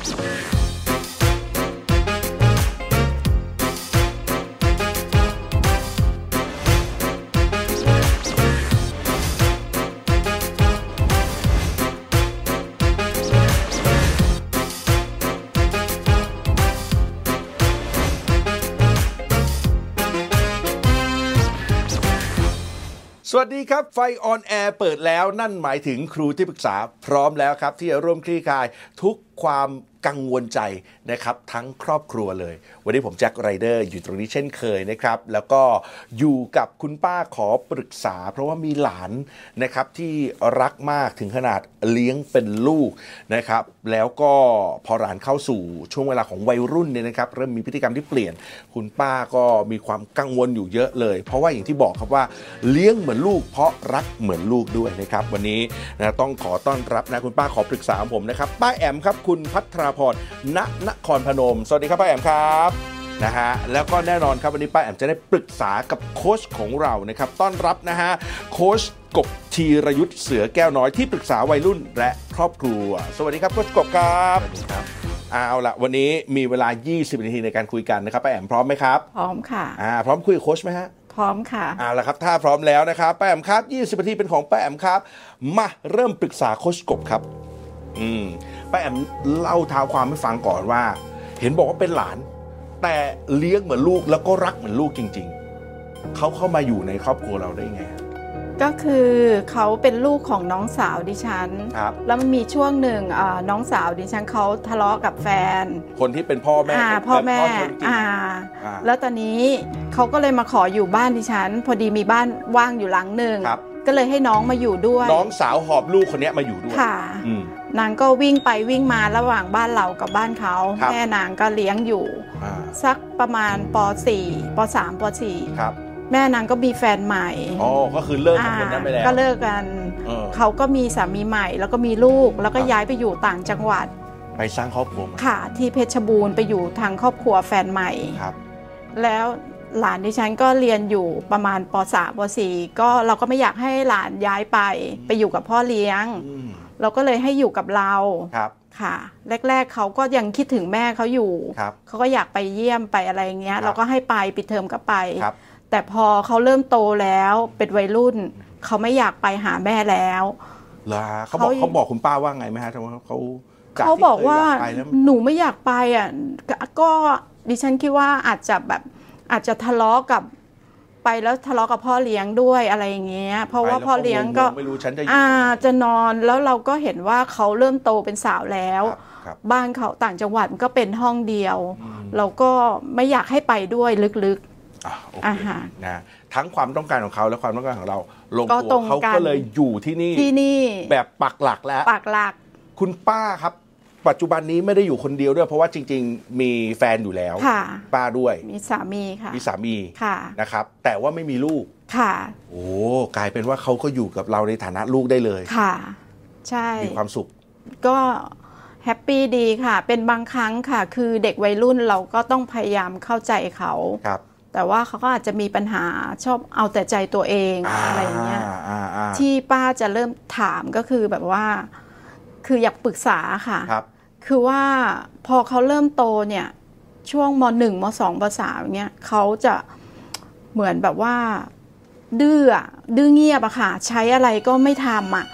สวัสดีครับไฟออนแอร์เปิดแล้วนั่นหมายถึงครูที่ปรึกษาพร้อมแล้วครับที่จะร่วมคลี่คลายทุกความกังวลใจนะครับทั้งครอบครัวเลยวันนี้ผมแจ็คไรเดอร์อยู่ตรงนี้เช่นเคยนะครับแล้วก็อยู่กับคุณป้าขอปรึกษาเพราะว่ามีหลานนะครับที่รักมากถึงขนาดเลี้ยงเป็นลูกนะครับแล้วก็พอหลานเข้าสู่ช่วงเวลาของวัยรุ่นเนี่ยนะครับเริ่มมีพฤติกรรมที่เปลี่ยนคุณป้าก็มีความกังวลอยู่เยอะเลยเพราะว่าอย่างที่บอกครับว่าเลี้ยงเหมือนลูกเพราะรักเหมือนลูกด้วยนะครับวันนี้นะต้องขอต้อนรับนะคุณป้าขอปรึกษาผมนะครับป้าแอมครับคุณภัทราพร นครพนมสวัสดีครับป้าแอมครับนะฮะแล้วก็แน่นอนครับวันนี้ป้าแอมจะได้ปรึกษากับโค้ชของเรานะครับต้อนรับนะฮะโค้ชกบธีรยุทธเสือแก้วน้อยที่ปรึกษาวัยรุ่นและครอบครัวสวัสดีครับโค้ชกบครับสวัสดีครับเอาละวันนี้มีเวลา20นาทีในการคุยกันนะครับป้าแอมพร้อมไหมครับพร้อมค่ะพร้อมคุยกับโค้ชไหมฮะพร้อมค่ะเอาละครับถ้าพร้อมแล้วนะครับป้าแอมครับ20นาทีเป็นของป้าแอมครับมาเริ่มปรึกษาโค้ชกบครับป้าแอมเล่าท้าวความให้ฟังก่อนว่าเห็นบอกว่าเป็นหลานแต่เลี้ยงเหมือนลูกแล้วก็รักเหมือนลูกจริงๆเขาเข้ามาอยู่ในครอบครัวเราได้ไงก็คือเขาเป็นลูกของน้องสาวดิฉันแล้วมันมีช่วงหนึ่งน้องสาวดิฉันเขาทะเลาะกับแฟนคนที่เป็นพ่อแม่แล้วตอนนี้เขาก็เลยมาขออยู่บ้านดิฉันพอดีมีบ้านว่างอยู่หลังหนึ่งก็เลยให้น้องมาอยู่ด้วยน้องสาวหอบลูกคนนี้มาอยู่ด้วยค่ะนางก็วิ่งไปวิ่งมาระหว่างบ้านเรากับบ้านเขาแม่นางก็เลี้ยงอยู่สักประมาณป.4 ป.3 ป.4 ครับแม่นางก็มีแฟนใหม่ก็คือเลิกกับคนนั้นไปแล้วก็เลิกกันเขาก็มีสามีใหม่แล้วก็มีลูกแล้วก็ย้ายไปอยู่ต่างจังหวัดไปสร้างครอบครัวค่ะที่เพชรบูรณ์ไปอยู่ทางครอบครัวแฟนใหม่ครับแล้วหลานดิฉันก็เรียนอยู่ประมาณป.3 ป.4 ก็เราก็ไม่อยากให้หลานย้ายไปอยู่กับพ่อเลี้ยงเราก็เลยให้อยู่กับเราค่ะแรกๆเขาก็ยังคิดถึงแม่เขาอยู่เขาก็อยากไปเยี่ยมไปอะไรเงี้ยเราก็ให้ไปปิดเทอมก็ไปแต่พอเขาเริ่มโตแล้วเป็นวัยรุ่นเขาไม่อยากไปหาแม่แล้วเขาบอกคุณป้าว่าไงไหมฮะเขาบอกว่าหนูไม่อยากไปอ่ะก็ดิฉันคิดว่าอาจจะทะเลาะกับไปแล้วทะเลาะกับพ่อเลี้ยงด้วยอะไรอย่างเงี้ยเพราะว่าพ่อเลี้ยงก็จะนอนแล้วเราก็เห็นว่าเขาเริ่มโตเป็นสาวแล้วบ้านเขาต่างจังหวัดก็เป็นห้องเดียวเราก็ไม่อยากให้ไปด้วยลึกๆนะทั้งความต้องการของเขาและความต้องการของเราลงตัวเขาก็เลยอยู่ที่นี่แบบปักหลักแล้วคุณป้าครับปัจจุบันนี้ไม่ได้อยู่คนเดียวด้วยเพราะว่าจริงๆมีแฟนอยู่แล้วป้าด้วยมีสามีค่ะมีสามีนะครับแต่ว่าไม่มีลูกค่ะโอ้กลายเป็นว่าเขาก็อยู่กับเราในฐานะลูกได้เลยค่ะใช่มีความสุขก็แฮปปี้ดีค่ะเป็นบางครั้งค่ะคือเด็กวัยรุ่นเราก็ต้องพยายามเข้าใจเขาแต่ว่าเขาก็อาจจะมีปัญหาชอบเอาแต่ใจตัวเองอะไรเงี้ยที่ป้าจะเริ่มถามก็คือแบบว่าคืออยากปรึกษาค่ะคือว่าพอเขาเริ่มโตเนี่ยช่วงม.1 ม.2 ม.3 เงี้ยเขาจะเหมือนแบบว่าดื้อเงียบอะค่ะใช้อะไรก็ไม่ทำอะ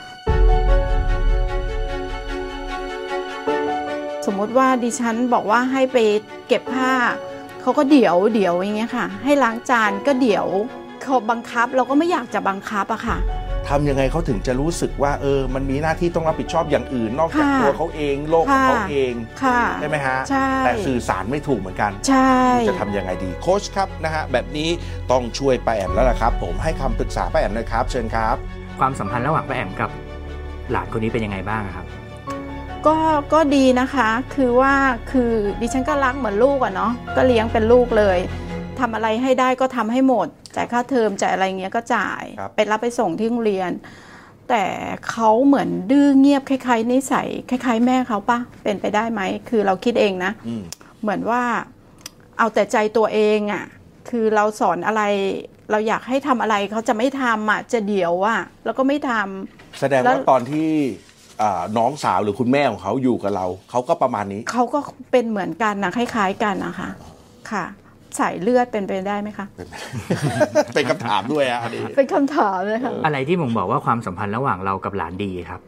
สมมติว่าดิฉันบอกว่าให้ไปเก็บผ้าเขาก็เดี๋ยวอย่างเงี้ยค่ะให้ล้างจานก็เดี๋ยวเขาบังคับเราก็ไม่อยากจะบังคับอะค่ะทำยังไงเขาถึงจะรู้สึกว่ามันมีหน้าที่ต้องรับผิดชอบอย่างอื่นนอกจากตัวเขาเองโลกของเขาเองใช่ไหมฮะแต่สื่อสารไม่ถูกเหมือนกันจะทำยังไงดีโค้ชครับนะฮะแบบนี้ต้องช่วยป้าแอมแล้วล่ะครับผมให้คำปรึกษาป้าแอมหน่อยครับเชิญครับความสัมพันธ์ระหว่างป้าแอมกับหลานคนนี้เป็นยังไงบ้างครับก็ดีนะคะคือดิฉันก็รักเหมือนลูกอะเนาะก็เลี้ยงเป็นลูกเลยทำอะไรให้ได้ก็ทำให้หมดจ่ายค่าเทอมจ่ายอะไรเงี้ยก็จ่ายไปรับไปส่งที่โรงเรียนแต่เขาเหมือนดื้อเงียบคล้ายๆนิสัยคล้ายๆแม่เขาปะเป็นไปได้ไหมคือเราคิดเองนะเหมือนว่าเอาแต่ใจตัวเองอะคือเราสอนอะไรเราอยากให้ทำอะไรเขาจะไม่ทำอะจะเดี๋ยวอะแล้วก็ไม่ทำแสดงว่าตอนที่น้องสาวหรือคุณแม่ของเขาอยู่กับเราเขาก็ประมาณนี้เขาก็เป็นเหมือนกันนะคล้ายๆกันนะคะค่ะสายเลือดเป็นไปได้ไหมคะเป็นคำถามด้วยอ่ะอันนี้เป็นคำถามเลยค่ะอะไรที่ผมบอกว่าความสัมพันธ์ระหว่างเรากับหลานดีครับ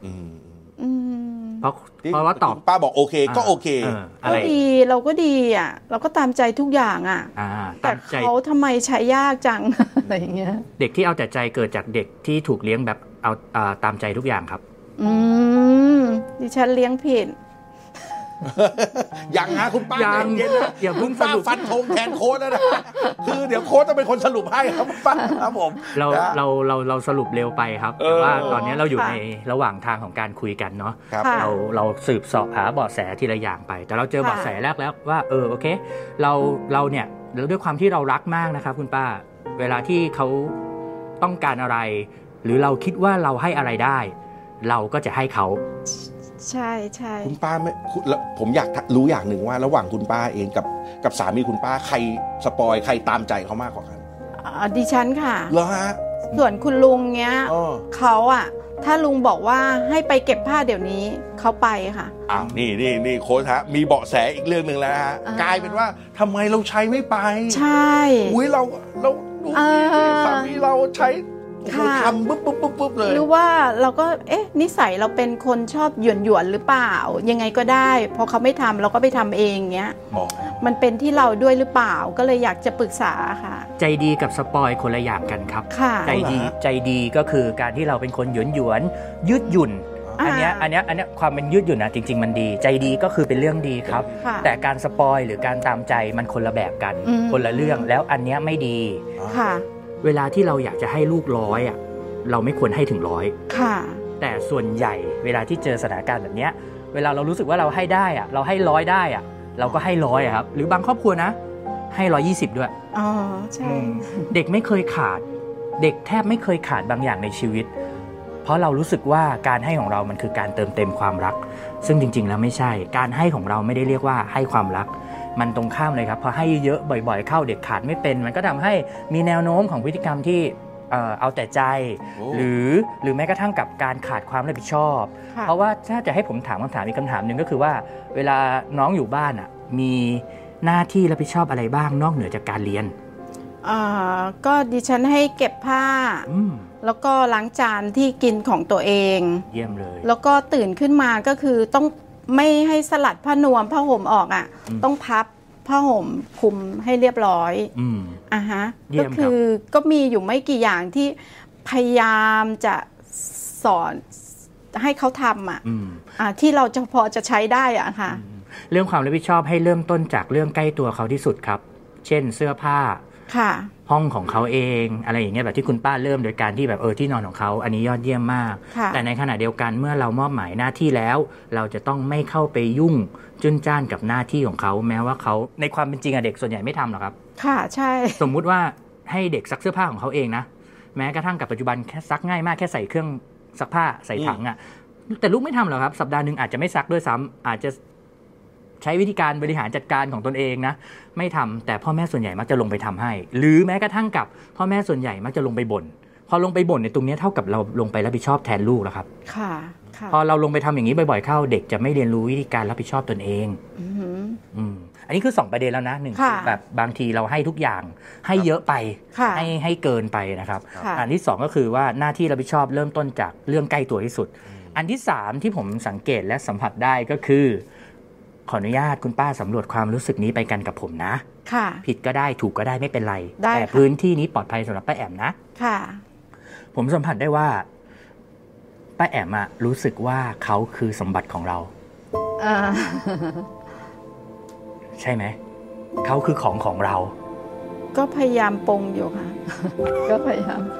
เพราะว่าตอบป้าบอกโอเคก็โอเคก็ดีเราก็ดีอ่ะเราก็ตามใจทุกอย่างอ่ะแต่เขาทำไมใช้ยากจังอะไรอย่างเงี้ยเด็กที่เอาแต่ใจเกิดจากเด็กที่ถูกเลี้ยงแบบเอาตามใจทุกอย่างครับดิฉันเลี้ยงผิดยังฮะคุณป้าเย็นนะอย่าเพิ่งป้าฟันธงแทนโค้ดนะคือเดี๋ยวโค้ดต้องเป็นคนสรุปให้ครับป้าครับผมเราสรุปเร็วไปครับแต่ว่าตอนนี้เราอยู่ในระหว่างทางของการคุยกันเนาะเราสืบเสาะหาเบาะแสทีละอย่างไปแต่เราเจอเบาะแสแรกแล้วว่าโอเคเราเนี่ยด้วยความที่เรารักมากนะครับคุณป้าเวลาที่เขาต้องการอะไรหรือเราคิดว่าเราให้อะไรได้เราก็จะให้เขาใช่ใช่คุณป้าไม่ผมอยากรู้อย่างหนึ่งว่าระหว่างคุณป้าเองกับสามีคุณป้าใครสปอยใครตามใจเขามากกว่ากันดิฉันค่ะเหรอฮะส่วนคุณลุงเนี้ยเขาอะถ้าลุงบอกว่าให้ไปเก็บผ้าเดี๋ยวนี้เขาไปค่ะนี่โค้ชฮะมีเบาะแสอีกเรื่องนึงแล้วฮะกลายเป็นว่าทำไมเราใช้ไม่ไปใช่อุ้ยเราสามีเราใช้ทำปุ๊บเลยหรือว่าเราก็นิสัยเราเป็นคนชอบหยวนหรือเปล่ายังไงก็ได้พอเขาไม่ทำเราก็ไปทำเองเงี้ยมันเป็นที่เราด้วยหรือเปล่าก็เลยอยากจะปรึกษาค่ะใจดีกับสปอยคนละอย่างกันครับใจดีก็คือการที่เราเป็นคนหยวนยืดหยุ่นอันเนี้ยความเป็นยืดหยุ่นนะจริงๆมันดีใจดีก็คือเป็นเรื่องดีครับแต่การสปอยหรือการตามใจมันคนละแบบกันคนละเรื่องแล้วอันเนี้ยไม่ดีค่ะเวลาที่เราอยากจะให้ลูก100เราไม่ควรให้ถึง100 ค่ะแต่ส่วนใหญ่เวลาที่เจอสถานการณ์แบบนี้เวลาเรารู้สึกว่าเราให้ได้เราให้100ได้เราก็ให้100ครับหรือบางครอบครัวนะให้120ด้วยใช่เด็กไม่เคยขาดเด็กแทบไม่เคยขาดบางอย่างในชีวิตเพราะเรารู้สึกว่าการให้ของเรามันคือการเติมเต็มความรักซึ่งจริงๆแล้วไม่ใช่การให้ของเราไม่ได้เรียกว่าให้ความรักมันตรงข้ามเลยครับพอให้เยอะบ่อยๆเข้าเด็กขาดไม่เป็นมันก็ทำให้มีแนวโน้มของพฤติกรรมที่เอาแต่ใจหรือแม้กระทั่งกับการขาดความรับผิดชอบเพราะว่าถ้าจะให้ผมถามคำถามอีกคำถามหนึ่งก็คือว่าเวลาน้องอยู่บ้านมีหน้าที่รับผิดชอบอะไรบ้างนอกเหนือจากการเรียนก็ดิฉันให้เก็บผ้าแล้วก็ล้างจานที่กินของตัวเองเยี่ยมเลยแล้วก็ตื่นขึ้นมาก็คือต้องไม่ให้สลัดผ้านวมผ้าห่มออกต้องพับผ้าห่มคลุมให้เรียบร้อยฮะก็คือก็มีอยู่ไม่กี่อย่างที่พยายามจะสอนให้เขาทำที่เราจะพอจะใช้ได้ค่ะเรื่องความรับผิดชอบให้เริ่มต้นจากเรื่องใกล้ตัวเขาที่สุดครับเช่นเสื้อผ้าห้องของเขาเองอะไรอย่างเงี้ยแบบที่คุณป้าเริ่มโดยการที่แบบที่นอนของเขาอันนี้ยอดเยี่ยมมากแต่ในขณะเดียวกันเมื่อเรามอบหมายหน้าที่แล้วเราจะต้องไม่เข้าไปยุ่งจุนจ้านกับหน้าที่ของเขาแม้ว่าเขาในความเป็นจริงเด็กส่วนใหญ่ไม่ทำหรอกครับค่ะใช่สมมุติว่าให้เด็กซักเสื้อผ้าของเขาเองนะแม้กระทั่งกับปัจจุบันแค่ซักง่ายมากแค่ใส่เครื่องซักผ้าใส่ถังแต่ลูกไม่ทำหรอกครับสัปดาห์นึงอาจจะไม่ซักด้วยซ้ำอาจจะใช้วิธีการบริหารจัดการของตนเองนะไม่ทำแต่พ่อแม่ส่วนใหญ่มักจะลงไปทำให้หรือแม้กระทั่งกับพ่อแม่ส่วนใหญ่มักจะลงไปบ่นพอลงไปบ่นในตรงนี้เท่ากับเราลงไปรับผิดชอบแทนลูกแล้วครับค่ะพอเราลงไปทำอย่างนี้บ่อยๆเข้าเด็กจะไม่เรียนรู้วิธีการรับผิดชอบตนเองอันนี้คือ2ประเด็นแล้วนะ1แบบบางทีเราให้ทุกอย่างให้เยอะไปให้เกินไปนะครับอันที่2ก็คือว่าหน้าที่รับผิดชอบเริ่มต้นจากเรื่องใกล้ตัวที่สุดอันที่3ที่ผมสังเกตและสัมผัสได้ก็คือขออนุญาตคุณป้าสำรวจความรู้สึกนี้ไปกันกับผมนะผิดก็ได้ถูกก็ได้ไม่เป็นไรแต่พื้นที่นี้ปลอดภัยสำหรับป้าแอมนะผมสัมผัสได้ว่าป้าแอมรู้สึกว่าเขาคือสมบัติของเราใช่ไหมเขาคือของเราก็พยายามปรงอยู่ค่ะก็พยายาม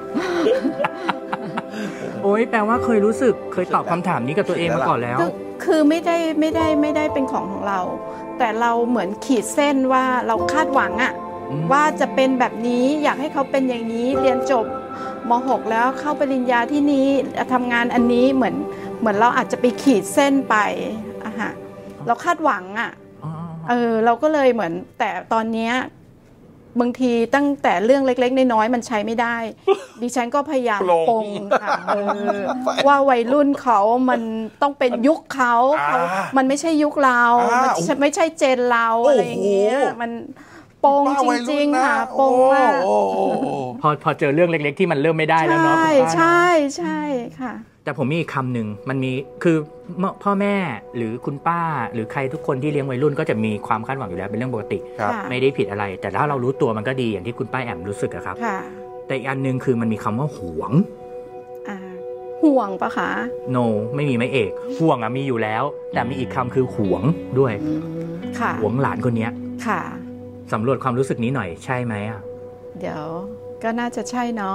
โอ๊ยแปลว่าเคยรู้สึกเคยตอบคำถามนี้กับตัวเองมาก่อนแล้วคือไม่ได้เป็นของเรา แต่เราเหมือนขีดเส้นว่าเราคาดหวังว่าจะเป็นแบบนี้อยากให้เขาเป็นอย่างนี้เรียนจบม.6 แล้วเข้าปริญญาที่นี้ทำงานอันนี้เหมือนเราอาจจะไปขีดเส้นไปเราคาดหวังเราก็เลยเหมือนแต่ตอนนี้บางทีตั้งแต่เรื่องเล็กๆน้อยๆมันใช้ไม่ได้ ดิฉันก็พยายามปลงค่ะว่าวัยรุ่นเขามันต้องเป็นยุคเขามันไม่ใช่ยุคเรามันไม่ใช่เจนเราอะไรอย่างเงี้ยมันปงจริงๆค่ะปงมากพอเจอเรื่องเล็กๆที่มันเริ่มไม่ได้แล้วเนาะใช่ใช่ค่ะแต่ผมมีอีกคำหนึ่งมันมีคือพ่อแม่หรือคุณป้าหรือใครทุกคนที่เลี้ยงวัยรุ่นก็จะมีความคาดหวังอยู่แล้วเป็นเรื่องปกติไม่ได้ผิดอะไรแต่ถ้าเรารู้ตัวมันก็ดีอย่างที่คุณป้าแอมรู้สึกอะครับแต่อีกอันนึงคือมันมีคำว่าหวงห่วงปะคะ no ไม่มีไม่เอกห่วงอะมีอยู่แล้วแต่มีอีกคำคือหวงด้วยหวงหลานคนนี้ค่ะสำรวจความรู้สึกนี้หน่อยใช่ไหมอะเดี๋ยวก็น่าจะใช่เนาะ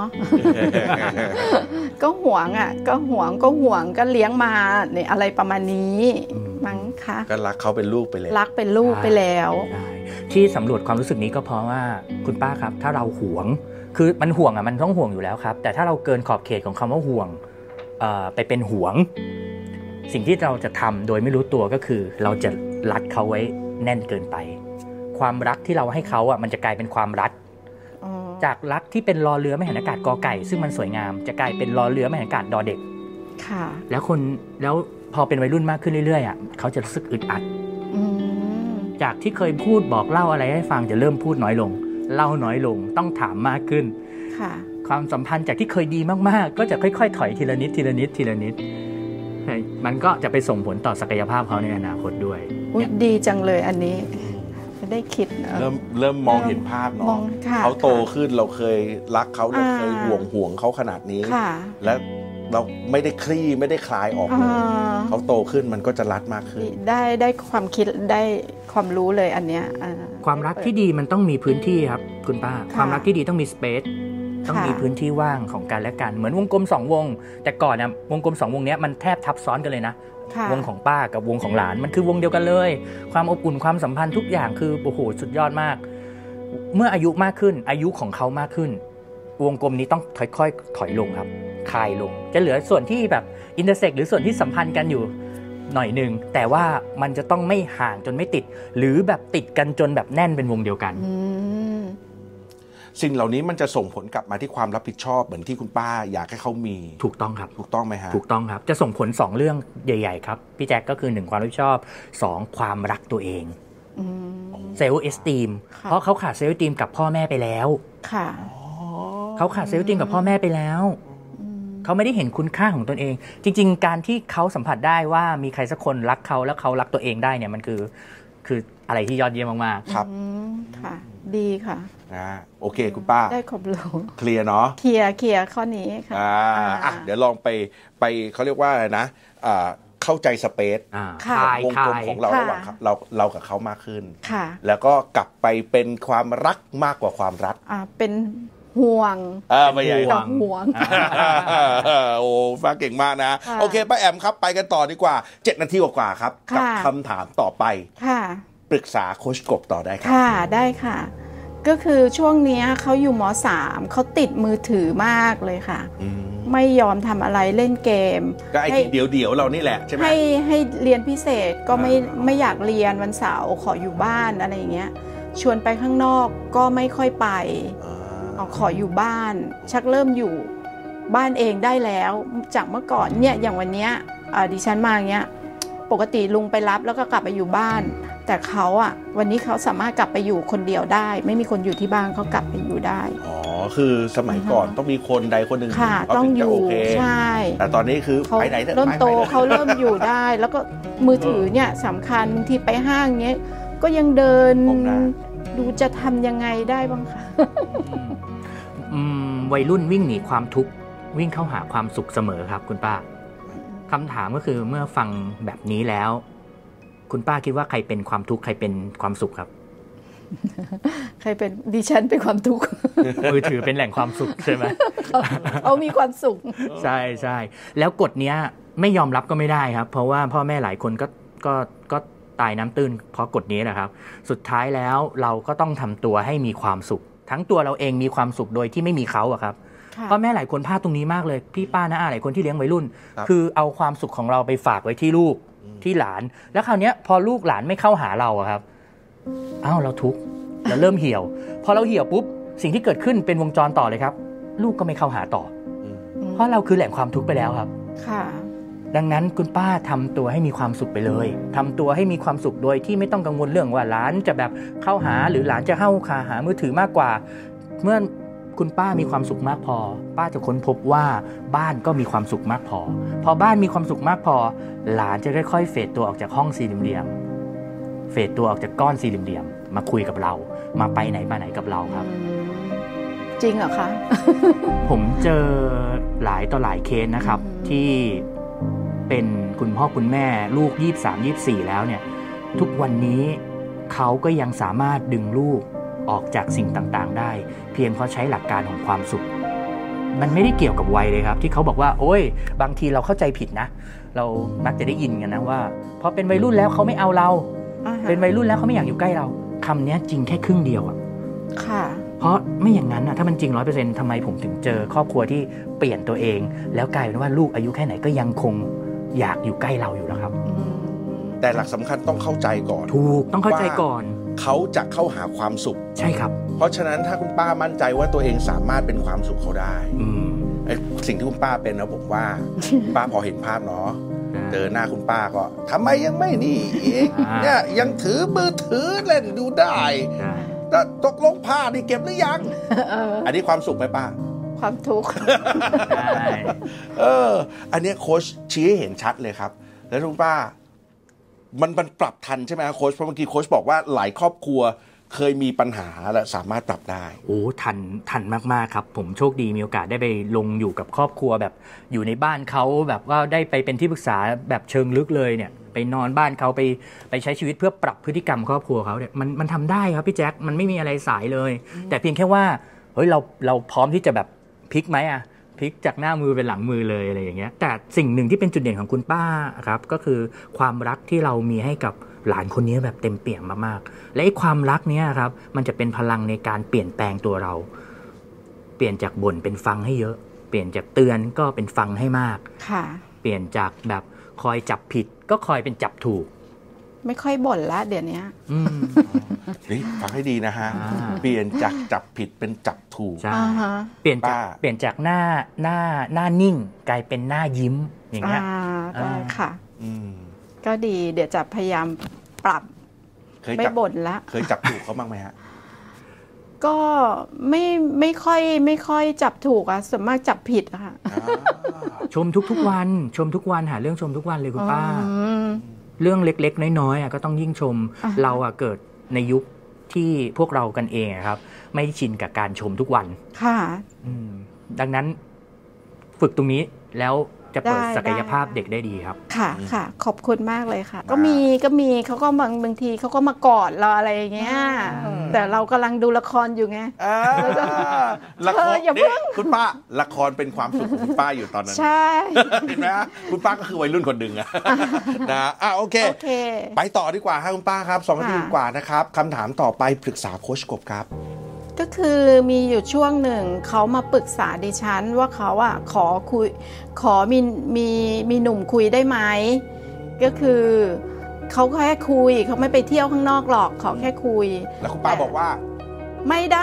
ก็ห่วงอ่ะก็ห่วงก็เลี้ยงมาเนี่ยอะไรประมาณนี้มั้งคะก็รักเขาเป็นลูกไปแล้วรักเป็นลูกไปแล้วที่สำรวจความรู้สึกนี้ก็เพราะว่าคุณป้าครับถ้าเราห่วงคือมันห่วงอ่ะมันต้องห่วงอยู่แล้วครับแต่ถ้าเราเกินขอบเขตของคำว่าห่วงไปเป็นห่วงสิ่งที่เราจะทำโดยไม่รู้ตัวก็คือเราจะรัดเขาไว้แน่นเกินไปความรักที่เราให้เขาอ่ะมันจะกลายเป็นความรักจากรักที่เป็นรอเรือไม่หันอากาศกอไก่ซึ่งมันสวยงามจะกลายเป็นรอเรือไม่หันอากาศดอเด็กค่ะแล้วพอเป็นวัยรุ่นมากขึ้นเรื่อยๆอ่ะเขาจะรู้สึกอึดอัดจากที่เคยพูดบอกเล่าอะไรให้ฟังจะเริ่มพูดน้อยลงเล่าน้อยลงต้องถามมากขึ้นค่ะความสัมพันธ์จากที่เคยดีมากๆก็จะค่อยๆถอยทีละนิดมันก็จะไปส่งผลต่อศักยภาพเขาในอนาคตด้วยดีจังเลยอันนี้ได้คิดเริ่มมองเห็นภาพเนาะเขาโตขึ้นเราเคยรักเขาเราเคยห่วงเขาขนาดนี้และเราไม่ได้คลี่ไม่ได้คลายออกเลยเขาโตขึ้นมันก็จะรัดมากขึ้นได้ความคิดได้ความรู้เลยอันเนี้ยความรักที่ดีมันต้องมีพื้นที่ครับคุณป้าความรักที่ดีต้องมีสเปซต้องมีพื้นที่ว่างของกันและกันเหมือนวงกลม2วงแต่ก่อนนะวงกลม2วงนี้มันแทบทับซ้อนกันเลยนะวงของป้ากับวงของหลานมันคือวงเดียวกันเลยความอบอุ่นความสัมพันธ์ทุกอย่างคือโอ้โหสุดยอดมากเมื่ออายุมากขึ้นอายุของเขามากขึ้นวงกลมนี้ต้องค่อยๆถอยลงครับคลายลงจะเหลือส่วนที่แบบอินเตอร์เซกหรือส่วนที่สัมพันธ์กันอยู่หน่อยนึงแต่ว่ามันจะต้องไม่ห่างจนไม่ติดหรือแบบติดกันจนแบบแน่นเป็นวงเดียวกันสิ่งเหล่านี้มันจะส่งผลกลับมาที่ความรับผิดชอบเหมือนที่คุณป้าอยากให้เขามีถูกต้องครับถูกต้องไหมฮะถูกต้องครับจะส่งผล2เรื่องใหญ่ๆครับพี่แจ็คก็คือ1ความรับผิดชอบ2ความรักตัวเองเซลฟ์เอสตีมเพราะเขาขาดเซลฟ์เอสตีมกับพ่อแม่ไปแล้วค่ะเขาขาดเซลฟ์เอสตีมกับพ่อแม่ไปแล้วเขาไม่ได้เห็นคุณค่าของตนเองจริงๆการที่เขาสัมผัสได้ว่ามีใครสักคนรักเขาแล้วเขารักตัวเองได้เนี่ยมันคืออะไรที่ยอดเยี่ยมมากๆครับค่ะดีค่ะโอเคคุณป้าได้ความรู้เคลียร์เนาะเคลียร์ข้อนี้ค่ะเดี๋ยวลองไปเขาเรียกว่าอะไรนะเข้าใจสเปซวงกลมของเราระหว่างเรากับเขามากขึ้นแล้วก็กลับไปเป็นความรักมากกว่าความรักเป็นห่วงไม่ใช่ห่วงโอ้ฟ้าเก่งมากนะโอเคป้าแอมครับไปกันต่อดีกว่า7 นาทีกว่าครับกับคำถามต่อไปปรึกษาโค้ชกบต่อได้ครับค่ะได้ค่ะก็คือช่วงนี้เขาอยู่ม.3 เขาติดมือถือมากเลยค่ะไม่ยอมทำอะไรเล่นเกมก็ไอ้ที่เดี๋ยวเรานี่แหละใช่ไหมให้เรียนพิเศษก็ไม่อยากเรียนวันเสาร์ขออยู่บ้านอะไรอย่างเงี้ยชวนไปข้างนอกก็ไม่ค่อยไปขออยู่บ้านชักเริ่มอยู่บ้านเองได้แล้วจากเมื่อก่อนเนี่ยอย่างวันนี้ดิฉันมาอย่างเงี้ยปกติลุงไปรับแล้วก็กลับไปอยู่บ้านแต่เขาวันนี้เขาสามารถกลับไปอยู่คนเดียวได้ไม่มีคนอยู่ที่บ้านเขากลับไปอยู่ได้คือสมัยก่อนต้องมีคนใดคนหนึ่งต้องอยู่ใช่แต่ตอนนี้คือไปไหนเริ่มโตเขาเริ่มอยู่ได้แล้วก็มือถือเนี่ยสำคัญบางทีไปห้างเงี้ยก็ยังเดินดูจะทำยังไงได้บ้างคะวัยรุ่นวิ่งหนีความทุกข์วิ่งเข้าหาความสุขเสมอครับคุณป้าคำถามก็คือเมื่อฟังแบบนี้แล้วคุณป้าคิดว่าใครเป็นความทุกข์ใครเป็นความสุขครับใครเป็นดิฉันเป็นความทุกข์มือถือเป็นแหล่งความสุขใช่ไหมเอามีความสุขใช่ใช่แล้วกฎเนี้ยไม่ยอมรับก็ไม่ได้ครับเพราะว่าพ่อแม่หลายคนก็ตายน้ำตื้นเพราะกฎนี้นะครับสุดท้ายแล้วเราก็ต้องทำตัวให้มีความสุขทั้งตัวเราเองมีความสุขโดยที่ไม่มีเขาอะครับพ่อแม่หลายคนพลาดตรงนี้มากเลยพี่ป้าน้าอาหลายคนที่เลี้ยงวัยรุ่นคือเอาความสุขของเราไปฝากไว้ที่ลูกที่หลานแล้วคราวนี้พอลูกหลานไม่เข้าหาเราอะครับเราทุกข์แล้วเริ่มเหี่ยวพอเราเหี่ยวปุ๊บสิ่งที่เกิดขึ้นเป็นวงจรต่อเลยครับลูกก็ไม่เข้าหาต่อเพราะเราคือแหล่งความทุกข์ไปแล้วครับค่ะดังนั้นคุณป้าทำตัวให้มีความสุขไปเลยทำตัวให้มีความสุขโดยที่ไม่ต้องกังวลเรื่องว่าหลานจะแบบเข้าหาหรือหลานจะเข้าหามือถือมากกว่าเมื่อคุณป้ามีความสุขมากพอป้าจะค้นพบว่าบ้านก็มีความสุขมากพอบ้านมีความสุขมากพอหลานจะค่อยๆเฟดตัวออกจากห้องสี่เหลี่ยมเฟดตัวออกจากก้อนสี่เหลี่ยมมาคุยกับเรามาไปไหนมาไหนกับเราครับจริงเหรอคะผมเจอหลายต่อหลายเคสนะครับที่เป็นคุณพ่อคุณแม่ลูก23 24แล้วเนี่ยทุกวันนี้เขาก็ยังสามารถดึงลูกออกจากสิ่งต่างๆได้เพียงเพราะใช้หลักการของความสุขมันไม่ได้เกี่ยวกับวัยเลยครับที่เขาบอกว่าโอ้ยบางทีเราเข้าใจผิดนะเรามักจะได้ยินกันนะว่าพอเป็นวัยรุ่นแล้วเขาไม่เอาเราเป็นวัยรุ่นแล้วเขาไม่อยากอยู่ใกล้เราคำนี้จริงแค่ครึ่งเดียวอะค่ะเพราะไม่อย่างนั้นนะถ้ามันจริง 100% ทำไมผมถึงเจอครอบครัวที่เปลี่ยนตัวเองแล้วกลายเป็นว่าลูกอายุแค่ไหนก็ยังคงอยากอยู่ใกล้เราอยู่แล้วครับแต่หลักสำคัญต้องเข้าใจก่อนถูกต้องเข้าใจก่อนเขาจะเข้าหาความสุขใช่ครับเพราะฉะนั้นถ้าคุณป้ามั่นใจว่าตัวเองสามารถเป็นความสุขเขาได้สิ่งที่คุณป้าเป็นนะผมว่าป้าพอเห็นภาพเนาะเจอหน้าคุณป้าก็ทำไมยังไม่นี่อีกเนี่ยยังถือมือถือเล่นดูได้แล้วตกลงผ้านี่เก็บหรือยังอันนี้ความสุขไหมป้าความทุกข์อันนี้โค้ชชี้ให้เห็นชัดเลยครับแล้วคุณป้ามันปรับทันใช่ไหมครับโค้ชเพราะเมื่อกี้โค้ชบอกว่าหลายครอบครัวเคยมีปัญหาและสามารถปรับได้โอ้ทันมากๆครับผมโชคดีมีโอกาสได้ไปลงอยู่กับครอบครัวแบบอยู่ในบ้านเขาแบบว่าได้ไปเป็นที่ปรึกษาแบบเชิงลึกเลยเนี่ยไปนอนบ้านเขาไปใช้ชีวิตเพื่อปรับพฤติกรรมครอบครัวเขาเนี่ยมันทำได้ครับพี่แจ็คมันไม่มีอะไรสายเลยแต่เพียงแค่ว่าเฮ้ยเราพร้อมที่จะแบบพลิกไหมอะพลิกจากหน้ามือเป็นหลังมือเลยอะไรอย่างเงี้ยแต่สิ่งหนึ่งที่เป็นจุดเด่นของคุณป้าครับก็คือความรักที่เรามีให้กับหลานคนนี้แบบเต็มเปี่ยมมากๆและไอ้ความรักเนี้ยครับมันจะเป็นพลังในการเปลี่ยนแปลงตัวเราเปลี่ยนจากบ่นเป็นฟังให้เยอะเปลี่ยนจากเตือนก็เป็นฟังให้มากค่ะเปลี่ยนจากแบบคอยจับผิดก็คอยเป็นจับถูกไม่ค่อยบ่นละเดี๋ยวนี้นี่ฟังให้ดีนะฮะเปลี่ยนจากจับผิดเป็นจับถูกเปลี่ยนจากหน้านิ่งกลายเป็นหน้ายิ้มอย่างเงี้ยได้ค่ะก็ดีเดี๋ยวจะพยายามปรับไม่บ่นละเคยจับถูกเขาบ้างไหมฮะก็ไม่ค่อยจับถูกอะส่วนมากจับผิดอะค่ะชมทุกวันหาเรื่องชมทุกวันเลยคุณป้าเรื่องเล็กๆน้อยๆก็ต้องยิ่งชมเราเกิดในยุคที่พวกเรากันเองครับไม่ชินกับการชมทุกวันค่ะดังนั้นฝึกตรงนี้แล้วจะเปิดศักยภาพเด็กได้ดีครับค่ะขอบคุณมากเลยค่ะก็มีเขาก็บางทีเขาก็มากอดเราอะไรอย่างเงี้ยแต่เรากำลังดูละครอยู่ไงละครคุณป้าละครเป็นความสุขของคุณป้าอยู่ตอนนั้นใช่เห็นไหมคุณป้าก็คือวัยรุ่นคนหนึ่งนะโอเคไปต่อดีกว่าครับคุณป้าครับ2 นาทีกว่านะครับคำถามต่อไปปรึกษาโค้ชกบครับก็คือมีอยู่ช่วงหนึ่งเขามาปรึกษาดิฉันว่าเขาขอมีหนุ่มคุยได้ไหมก็คือเขาแค่คุยเขาไม่ไปเที่ยวข้างนอกหรอกขอแค่คุยแล้วคุณป้าบอกว่าไม่ได้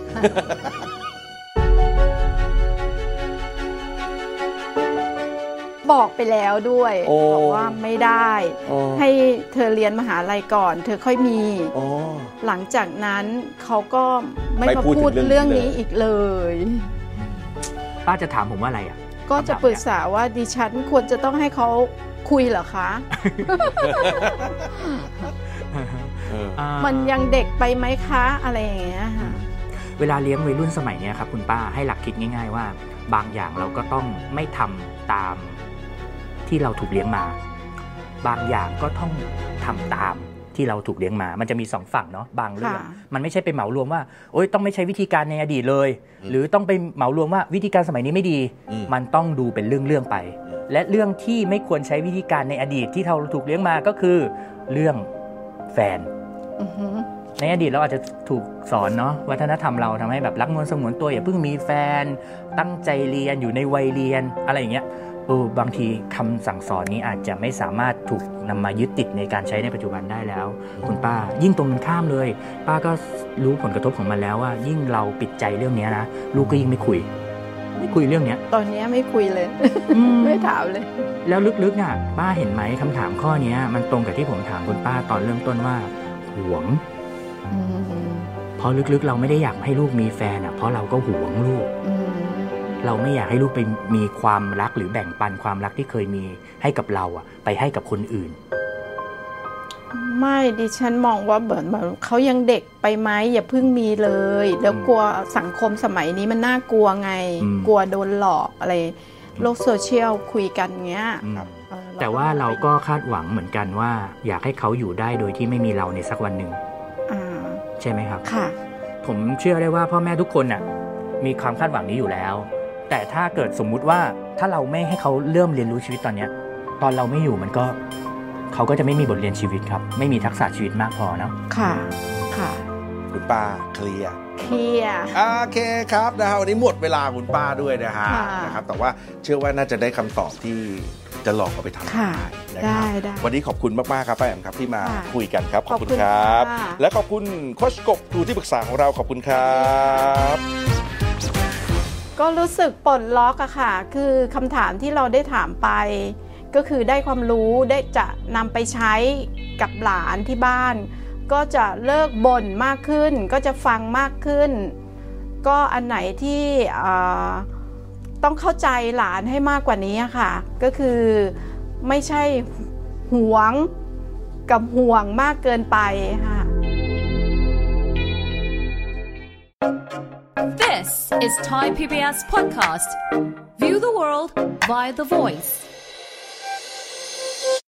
บอกไปแล้วด้วยบอกว่าไม่ได้ให้เธอเรียนมหาลัยก่อนเธอค่อยมีหลังจากนั้นเขาก็ไม่มาพูดเรื่องนี้อีกเลยป้าจะถามผมว่าอะไรอ่ะก็จะปรึกษาว่าดิฉันควรจะต้องให้เขาคุยเหรอคะมันยังเด็กไปไหมคะอะไรอย่างเงี้ยค่ะเวลาเลี้ยงวัยรุ่นสมัยนี้ครับคุณป้าให้หลักคิดง่ายๆว่าบางอย่างเราก็ต้องไม่ทำตามที่เราถูกเลี้ยงมาบางอย่างก็ต้องทำตามที่เราถูกเลี้ยงมามันจะมี2ฝั่งเนาะบางเรื่องมันไม่ใช่ไปเหมารวมว่าโอ๊ยต้องไม่ใช้วิธีการในอดีตเลยหรือต้องไปเหมารวมว่าวิธีการสมัยนี้ไม่ดีมันต้องดูเป็นเรื่องไปและเรื่องที่ไม่ควรใช้วิธีการในอดีตที่เราถูกเลี้ยงมาก็คือเรื่องแฟนในอดีตเราอาจจะถูกสอนเนาะวัฒนธรรมเราทำให้แบบรักนวลสงวนตัวอย่าเพิ่งมีแฟนตั้งใจเรียนอยู่ในวัยเรียนอะไรอย่างเงี้ยบางทีคำสั่งสอนนี้อาจจะไม่สามารถถูกนำมายึดติดในการใช้ในปัจจุบันได้แล้วคุณป้ายิ่งตรงกันข้ามเลยป้าก็รู้ผลกระทบของมันแล้วว่ายิ่งเราปิดใจเรื่องนี้นะลูกก็ยิ่งไม่คุยเรื่องนี้ตอนนี้ไม่คุยเลย ไม่ถามเลยแล้วลึกๆอ่ะป้าเห็นไหมคำถามข้อนี้มันตรงกับที่ผมถามคุณป้าตอนเริ่มต้นว่าหวงเพราะลึกๆเราไม่ได้อยากให้ลูกมีแฟนอ่ะเพราะเราก็หวงลูกเราไม่อยากให้ลูกไปมีความรักหรือแบ่งปันความรักที่เคยมีให้กับเราอ่ะไปให้กับคนอื่นไม่ดิฉันมองว่าเหมือนเขายังเด็กไปไหมอย่าเพิ่งมีเลยแล้วกลัวสังคมสมัยนี้มันน่ากลัวไงกลัวโดนหลอกอะไรโลกโซเชียลคุยกันเงี้ยแต่ว่าเราก็คาดหวังเหมือนกันว่าอยากให้เขาอยู่ได้โดยที่ไม่มีเราในสักวันหนึ่งใช่ไหมครับค่ะผมเชื่อได้ว่าพ่อแม่ทุกคนน่ะมีความคาดหวังนี้อยู่แล้วแต่ถ้าเกิดสมมุติว่าถ้าเราไม่ให้เขาเริ่มเรียนรู้ชีวิตตอนเนี้ยตอนเราไม่อยู่มันก็เขาก็จะไม่มีบทเรียนชีวิตครับไม่มีทักษะชีวิตมากพอเนาะค่ะค่ะคุณป้าเคลียร์โอเคครับนะฮะวันนี้หมดเวลาคุณป้าด้วยนะครับแต่ว่าเชื่อว่าน่าจะได้คำตอบที่จะหลอกเอาไปทำได้นะครับวันนี้ขอบคุณมากๆครับป้าแอมครับที่มาคุยกันครับขอบคุณครับและขอบคุณโค้ชกบครูที่ปรึกษาของเราขอบคุณครับก็รู้สึกปลดล็อกอะค่ะคือคำถามที่เราได้ถามไปก็คือได้ความรู้ได้จะนำไปใช้กับหลานที่บ้านก็จะเลิกบ่นมากขึ้นก็จะฟังมากขึ้นก็อันไหนที่ต้องเข้าใจหลานให้มากกว่านี้ค่ะก็คือไม่ใช่หวงกับห่วงมากเกินไปค่ะ This is Thai PBS podcast. View the world via The Voice